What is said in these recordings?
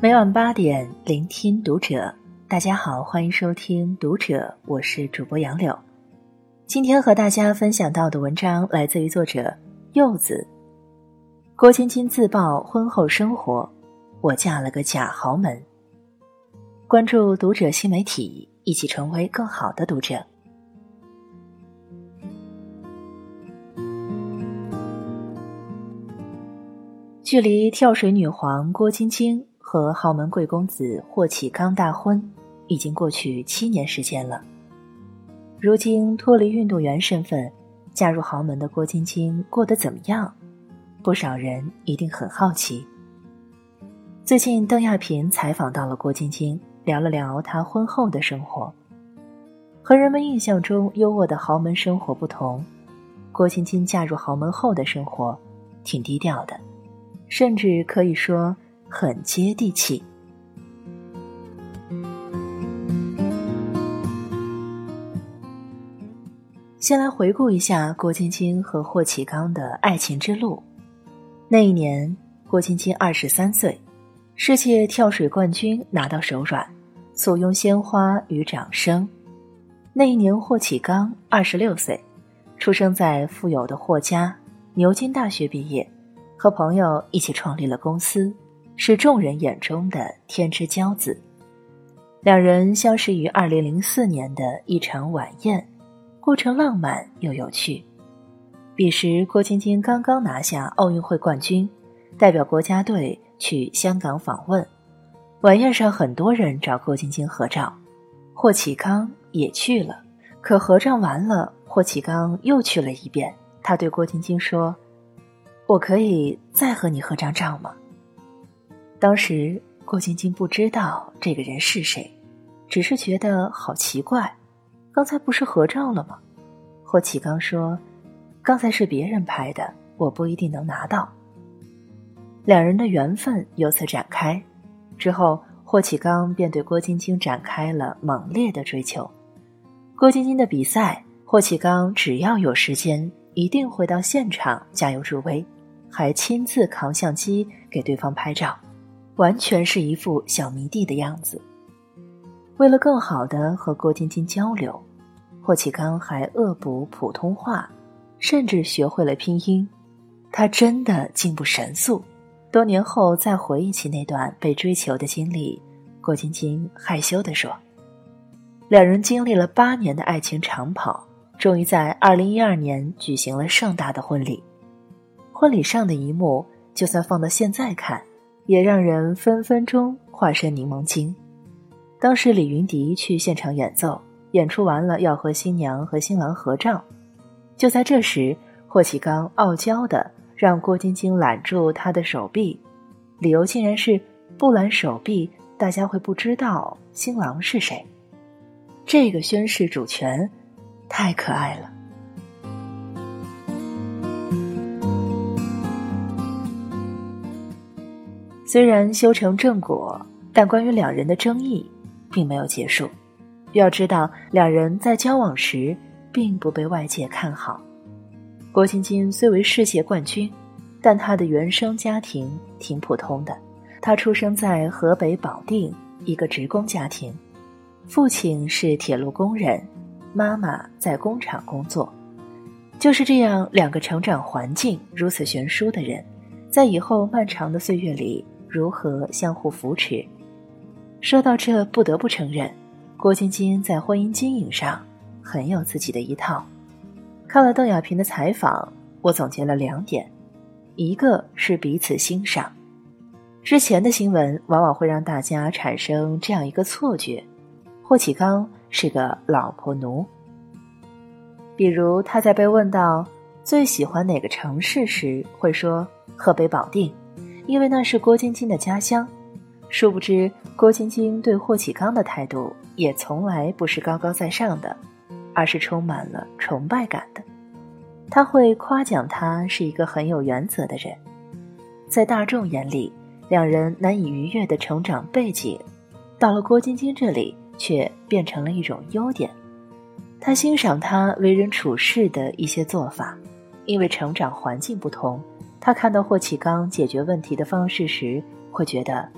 每晚8点，聆听读者。大家好，欢迎收听读者，我是主播杨柳。今天和大家分享到的文章来自于作者柚子。郭晶晶自曝婚后生活，我嫁了个假豪门。关注读者新媒体，一起成为更好的读者。距离跳水女皇郭晶晶和豪门贵公子霍启刚大婚已经过去7年时间了。如今脱离运动员身份，嫁入豪门的郭晶晶过得怎么样？不少人一定很好奇。最近邓亚萍采访到了郭晶晶，聊了聊她婚后的生活。和人们印象中优渥的豪门生活不同，郭晶晶嫁入豪门后的生活挺低调的，甚至可以说很接地气。先来回顾一下郭晶晶和霍启刚的爱情之路。那一年，郭晶晶23岁，世界跳水冠军拿到手软，簇拥鲜花与掌声。那一年，霍启刚26岁，出生在富有的霍家，牛津大学毕业，和朋友一起创立了公司，是众人眼中的天之骄子。两人相识于2004年的一场晚宴，过程浪漫又有趣。彼时郭晶晶刚刚拿下奥运会冠军，代表国家队去香港访问。晚宴上很多人找郭晶晶合照，霍启刚也去了。可合照完了，霍启刚又去了一遍。他对郭晶晶说：“我可以再和你合张照吗？”当时郭晶晶不知道这个人是谁，只是觉得好奇怪，刚才不是合照了吗？霍启刚说：“刚才是别人拍的，我不一定能拿到。”两人的缘分由此展开。之后霍启刚便对郭晶晶展开了猛烈的追求。郭晶晶的比赛，霍启刚只要有时间一定会到现场加油助威，还亲自扛相机给对方拍照，完全是一副小迷弟的样子。为了更好地和郭晶晶交流，霍启刚还恶补普通话，甚至学会了拼音。他真的进步神速。多年后再回忆起那段被追求的经历，郭晶晶害羞地说：“两人经历了8年的爱情长跑，终于在2012年举行了盛大的婚礼。婚礼上的一幕，就算放到现在看，也让人分分钟化身柠檬精。当时李云迪去现场演奏，演出完了要和新娘和新郎合照。就在这时，霍启刚傲娇地让郭晶晶揽住他的手臂，理由竟然是不揽手臂，大家会不知道新郎是谁。这个宣示主权太可爱了。虽然修成正果，但关于两人的争议并没有结束。要知道，两人在交往时并不被外界看好。郭晶晶虽为世界冠军，但她的原生家庭挺普通的。她出生在河北保定一个职工家庭，父亲是铁路工人，妈妈在工厂工作。就是这样两个成长环境如此悬殊的人，在以后漫长的岁月里如何相互扶持？说到这，不得不承认，郭晶晶在婚姻经营上很有自己的一套。看了邓亚萍的采访，我总结了2点，一个是彼此欣赏。之前的新闻往往会让大家产生这样一个错觉，霍启刚是个老婆奴。比如他在被问到最喜欢哪个城市时，会说河北保定，因为那是郭晶晶的家乡。殊不知郭晶晶对霍启刚的态度也从来不是高高在上的，而是充满了崇拜感的。他会夸奖他是一个很有原则的人。在大众眼里，两人难以逾越的成长背景，到了郭晶晶这里却变成了一种优点。他欣赏他为人处事的一些做法，因为成长环境不同，他看到霍启刚解决问题的方式时，会觉得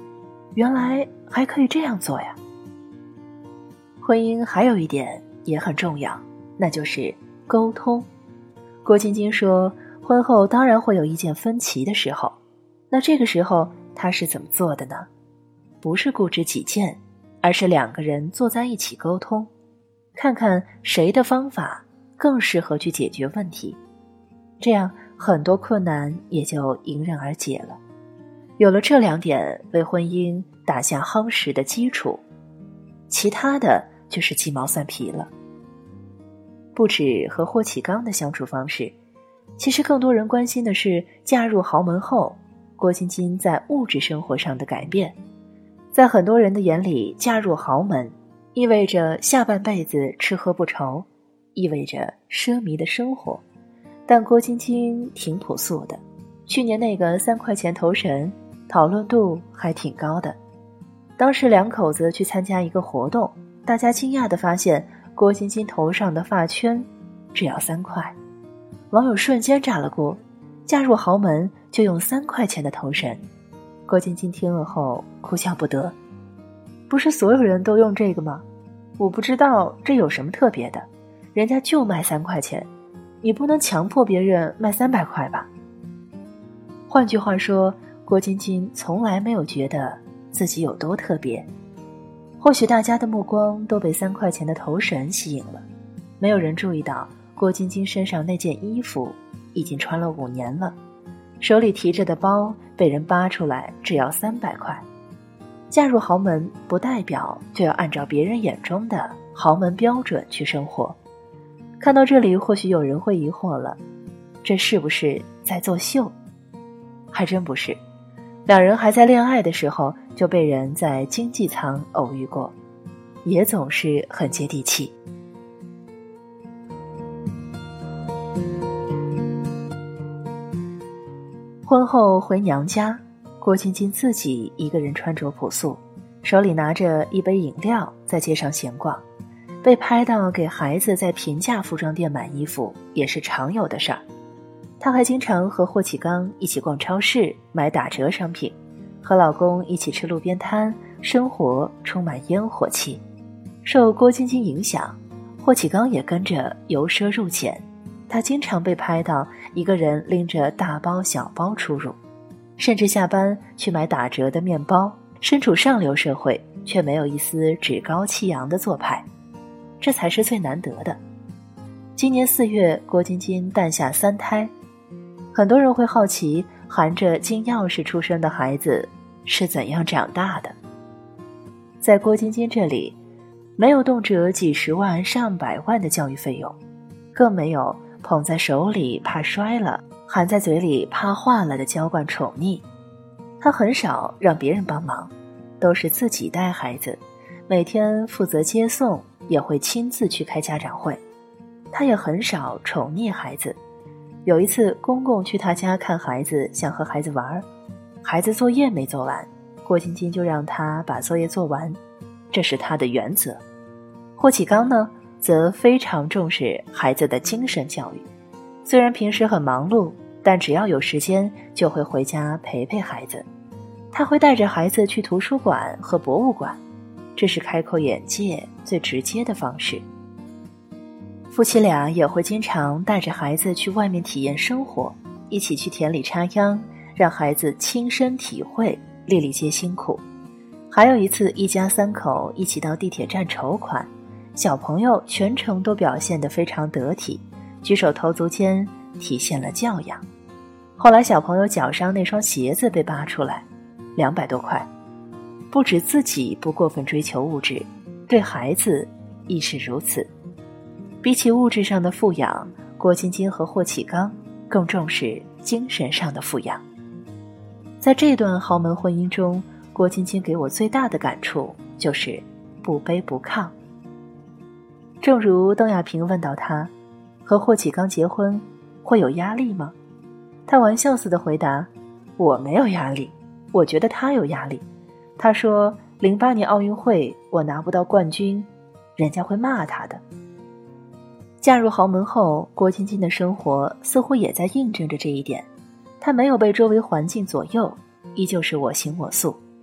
原来还可以这样做呀。婚姻还有一点也很重要，那就是沟通。郭晶晶说，婚后当然会有意见分歧的时候，那这个时候她是怎么做的呢？不是固执己见，而是两个人坐在一起沟通，看看谁的方法更适合去解决问题，这样很多困难也就迎刃而解了。有了这2点，为婚姻打下夯实的基础，其他的就是鸡毛蒜皮了。不止和霍启刚的相处方式，其实更多人关心的是嫁入豪门后，郭晶晶在物质生活上的改变。在很多人的眼里，嫁入豪门意味着下半辈子吃喝不愁，意味着奢靡的生活。但郭晶晶挺朴素的，去年那个3块钱头绳讨论度还挺高的。当时2口子去参加一个活动，大家惊讶地发现郭晶晶头上的发圈只要3块，网友瞬间炸了锅，嫁入豪门就用3块钱的头绳。郭晶晶听了后哭笑不得，不是所有人都用这个吗？我不知道这有什么特别的，人家就卖3块钱，你不能强迫别人卖300块吧。换句话说，郭晶晶从来没有觉得自己有多特别。或许大家的目光都被3块钱的头绳吸引了，没有人注意到郭晶晶身上那件衣服已经穿了5年了，手里提着的包被人扒出来只要300块。嫁入豪门不代表就要按照别人眼中的豪门标准去生活。看到这里，或许有人会疑惑了，这是不是在作秀？还真不是，两人还在恋爱的时候就被人在经济舱偶遇过，也总是很接地气。婚后回娘家，郭晶晶自己一个人穿着朴素，手里拿着一杯饮料在街上闲逛。被拍到给孩子在平价服装店买衣服也是常有的事儿。她还经常和霍启刚一起逛超市买打折商品，和老公一起吃路边摊，生活充满烟火气。受郭晶晶影响，霍启刚也跟着由奢入俭，他经常被拍到一个人拎着大包小包出入，甚至下班去买打折的面包，身处上流社会却没有一丝趾高气扬的做派，这才是最难得的。今年4月，郭晶晶诞下3胎，很多人会好奇含着金钥匙出生的孩子是怎样长大的。在郭晶晶这里，没有动辄几十万上百万的教育费用，更没有捧在手里怕摔了，含在嘴里怕化了的娇惯宠溺。她很少让别人帮忙，都是自己带孩子，每天负责接送，也会亲自去开家长会。她也很少宠溺孩子。有一次公公去她家看孩子，想和孩子玩，孩子作业没做完，郭晶晶就让他把作业做完，这是她的原则。霍启刚呢，则非常重视孩子的精神教育，虽然平时很忙碌，但只要有时间就会回家陪陪孩子。他会带着孩子去图书馆和博物馆，这是开阔眼界最直接的方式。夫妻俩也会经常带着孩子去外面体验生活，一起去田里插秧，让孩子亲身体会粒粒皆辛苦。还有一次，一家3口一起到地铁站筹款，小朋友全程都表现得非常得体，举手投足间体现了教养。后来小朋友脚上那双鞋子被扒出来，200多块。不止自己不过分追求物质，对孩子亦是如此。比起物质上的富养，郭晶晶和霍启刚更重视精神上的富养。在这段豪门婚姻中，郭晶晶给我最大的感触就是不卑不亢。正如邓亚萍问到他，和霍启刚结婚会有压力吗？他玩笑似的回答，我没有压力，我觉得他有压力。他说08年奥运会我拿不到冠军，人家会骂他的。嫁入豪门后，郭晶晶的生活似乎也在印证着这一点。她没有被周围环境左右，依旧是我行我素。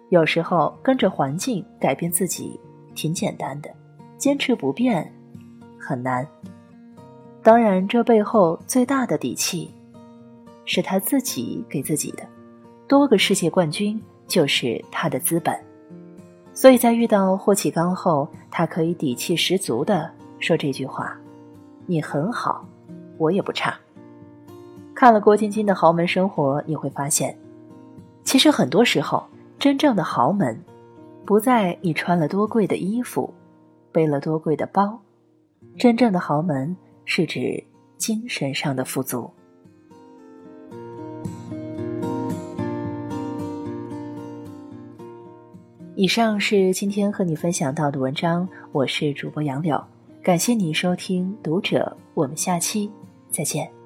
有时候跟着环境改变自己挺简单的，坚持不变很难。当然，这背后最大的底气是他自己给自己的，多个世界冠军就是他的资本。所以在遇到霍启刚后，他可以底气十足地说这句话：你很好，我也不差。看了郭晶晶的豪门生活，你会发现，其实很多时候真正的豪门不在你穿了多贵的衣服，背了多贵的包，真正的豪门是指精神上的富足。以上是今天和你分享到的文章，我是主播杨柳，感谢你收听读者，我们下期再见。